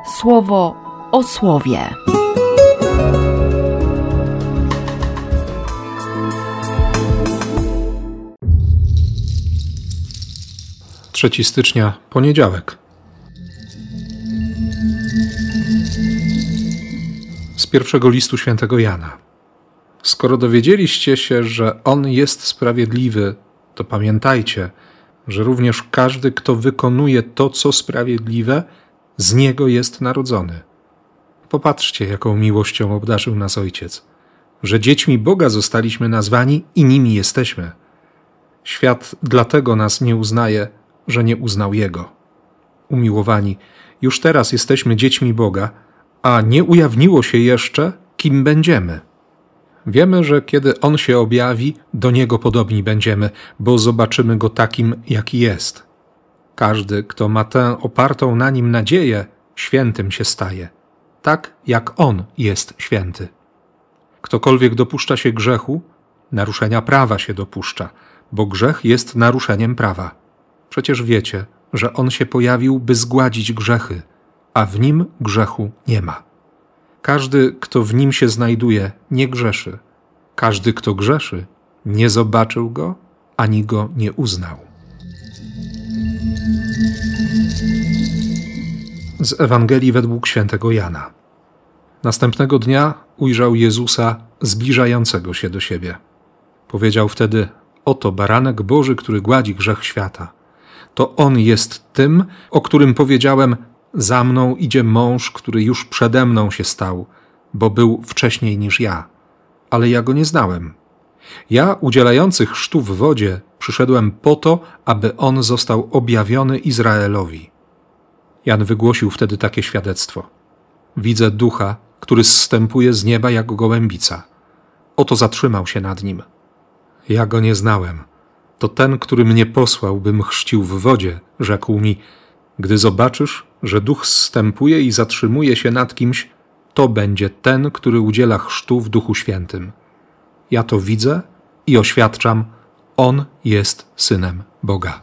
Słowo o słowie. Trzeci stycznia, poniedziałek. Z pierwszego listu świętego Jana. Skoro dowiedzieliście się, że On jest sprawiedliwy, to pamiętajcie, że również każdy, kto wykonuje to, co sprawiedliwe, z Niego jest narodzony. Popatrzcie, jaką miłością obdarzył nas Ojciec, że dziećmi Boga zostaliśmy nazwani i nimi jesteśmy. Świat dlatego nas nie uznaje, że nie uznał Jego. Umiłowani, już teraz jesteśmy dziećmi Boga, a nie ujawniło się jeszcze, kim będziemy. Wiemy, że kiedy On się objawi, do Niego podobni będziemy, bo zobaczymy Go takim, jaki jest. Każdy, kto ma tę opartą na Nim nadzieję, świętym się staje, tak jak On jest święty. Ktokolwiek dopuszcza się grzechu, naruszenia prawa się dopuszcza, bo grzech jest naruszeniem prawa. Przecież wiecie, że On się pojawił, by zgładzić grzechy, a w Nim grzechu nie ma. Każdy, kto w Nim się znajduje, nie grzeszy. Każdy, kto grzeszy, nie zobaczył Go, ani Go nie uznał. Z Ewangelii według świętego Jana. Następnego dnia ujrzał Jezusa zbliżającego się do siebie. Powiedział wtedy: oto baranek Boży, który gładzi grzech świata. To On jest tym, o którym powiedziałem: za mną idzie mąż, który już przede mną się stał, bo był wcześniej niż ja, ale ja Go nie znałem. Ja, udzielający chrztu w wodzie, przyszedłem po to, aby On został objawiony Izraelowi. Jan wygłosił wtedy takie świadectwo: widzę Ducha, który zstępuje z nieba jak gołębica. Oto zatrzymał się nad Nim. Ja Go nie znałem. To ten, który mnie posłał, bym chrzcił w wodzie, rzekł mi: gdy zobaczysz, że Duch zstępuje i zatrzymuje się nad kimś, to będzie ten, który udziela chrztu w Duchu Świętym. Ja to widzę i oświadczam: On jest Synem Boga.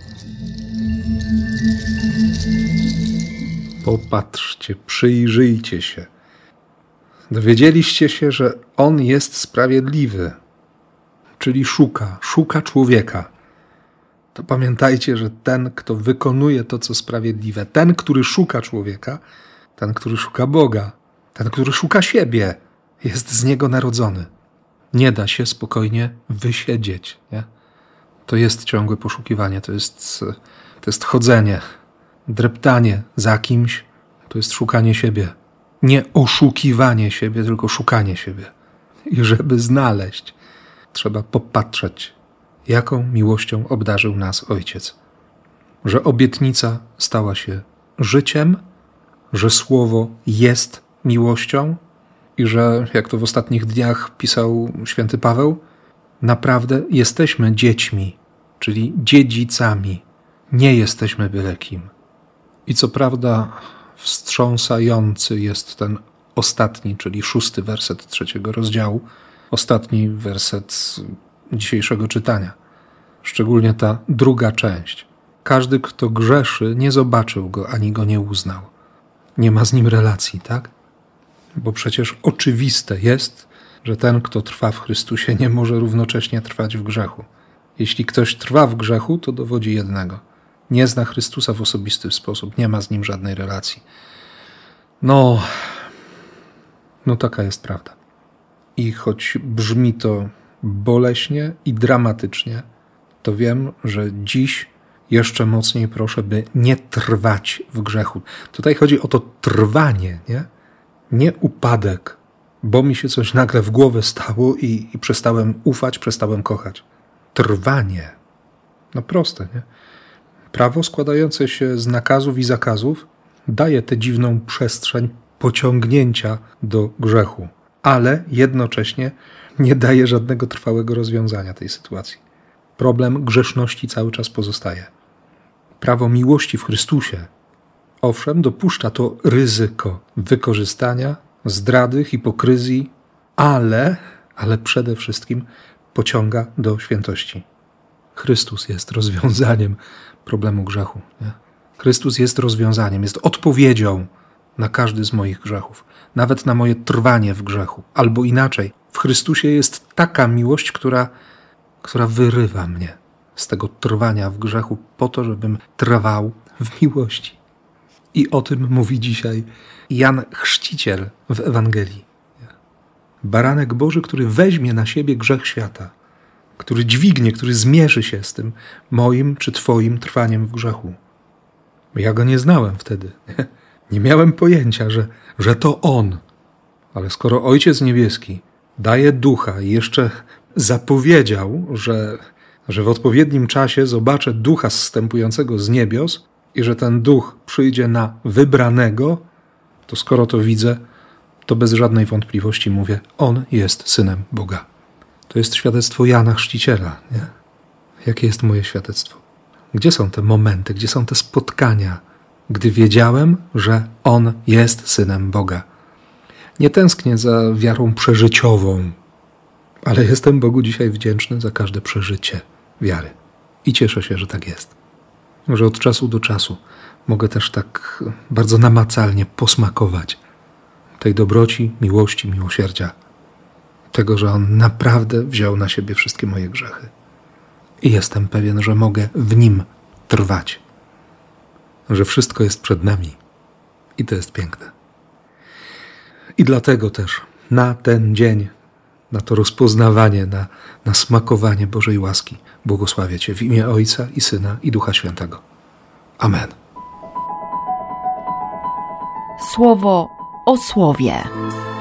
Popatrzcie, przyjrzyjcie się. Dowiedzieliście się, że On jest sprawiedliwy, czyli szuka człowieka. To pamiętajcie, że ten, kto wykonuje to, co sprawiedliwe, ten, który szuka człowieka, ten, który szuka Boga, ten, który szuka siebie, jest z Niego narodzony. Nie da się spokojnie wysiedzieć. Nie? To jest ciągłe poszukiwanie, to jest chodzenie, dreptanie za kimś, to jest szukanie siebie. Nie oszukiwanie siebie, tylko szukanie siebie. I żeby znaleźć, trzeba popatrzeć, jaką miłością obdarzył nas Ojciec. Że obietnica stała się życiem, że Słowo jest miłością i że, jak to w ostatnich dniach pisał święty Paweł, naprawdę jesteśmy dziećmi, czyli dziedzicami. Nie jesteśmy byle kim. I co prawda wstrząsający jest ten ostatni, czyli 6. werset 3. rozdziału, ostatni werset dzisiejszego czytania. Szczególnie ta druga część. Każdy, kto grzeszy, nie zobaczył Go, ani Go nie uznał. Nie ma z Nim relacji, tak? Bo przecież oczywiste jest, że ten, kto trwa w Chrystusie, nie może równocześnie trwać w grzechu. Jeśli ktoś trwa w grzechu, to dowodzi jednego: nie zna Chrystusa w osobisty sposób, nie ma z Nim żadnej relacji. No taka jest prawda. I choć brzmi to boleśnie i dramatycznie, to wiem, że dziś jeszcze mocniej proszę, by nie trwać w grzechu. Tutaj chodzi o to trwanie, nie upadek, bo mi się coś nagle w głowę stało i przestałem ufać, przestałem kochać. Trwanie. No proste, nie? Prawo składające się z nakazów i zakazów daje tę dziwną przestrzeń pociągnięcia do grzechu, ale jednocześnie nie daje żadnego trwałego rozwiązania tej sytuacji. Problem grzeszności cały czas pozostaje. Prawo miłości w Chrystusie, owszem, dopuszcza to ryzyko wykorzystania, zdrady, hipokryzji, ale przede wszystkim pociąga do świętości. Chrystus jest rozwiązaniem problemu grzechu. Nie? Chrystus jest rozwiązaniem, jest odpowiedzią na każdy z moich grzechów, nawet na moje trwanie w grzechu. Albo inaczej, w Chrystusie jest taka miłość, która wyrywa mnie z tego trwania w grzechu po to, żebym trwał w miłości. I o tym mówi dzisiaj Jan Chrzciciel w Ewangelii. Baranek Boży, który weźmie na siebie grzech świata, który dźwignie, który zmierzy się z tym moim czy twoim trwaniem w grzechu. Ja go nie znałem wtedy. Nie miałem pojęcia, że to On. Ale skoro Ojciec Niebieski daje Ducha i jeszcze zapowiedział, że w odpowiednim czasie zobaczę Ducha zstępującego z niebios i że ten Duch przyjdzie na wybranego, to skoro to widzę, to bez żadnej wątpliwości mówię, On jest Synem Boga. To jest świadectwo Jana Chrzciciela. Nie? Jakie jest moje świadectwo? Gdzie są te momenty, gdzie są te spotkania, gdy wiedziałem, że On jest Synem Boga? Nie tęsknię za wiarą przeżyciową, ale jestem Bogu dzisiaj wdzięczny za każde przeżycie wiary. I cieszę się, że tak jest. Że od czasu do czasu mogę też tak bardzo namacalnie posmakować tej dobroci, miłości, miłosierdzia. Tego, że On naprawdę wziął na siebie wszystkie moje grzechy. I jestem pewien, że mogę w Nim trwać. Że wszystko jest przed nami. I to jest piękne. I dlatego też na ten dzień, na to rozpoznawanie, na smakowanie Bożej łaski błogosławię Cię w imię Ojca i Syna i Ducha Świętego. Amen. Słowo o słowie.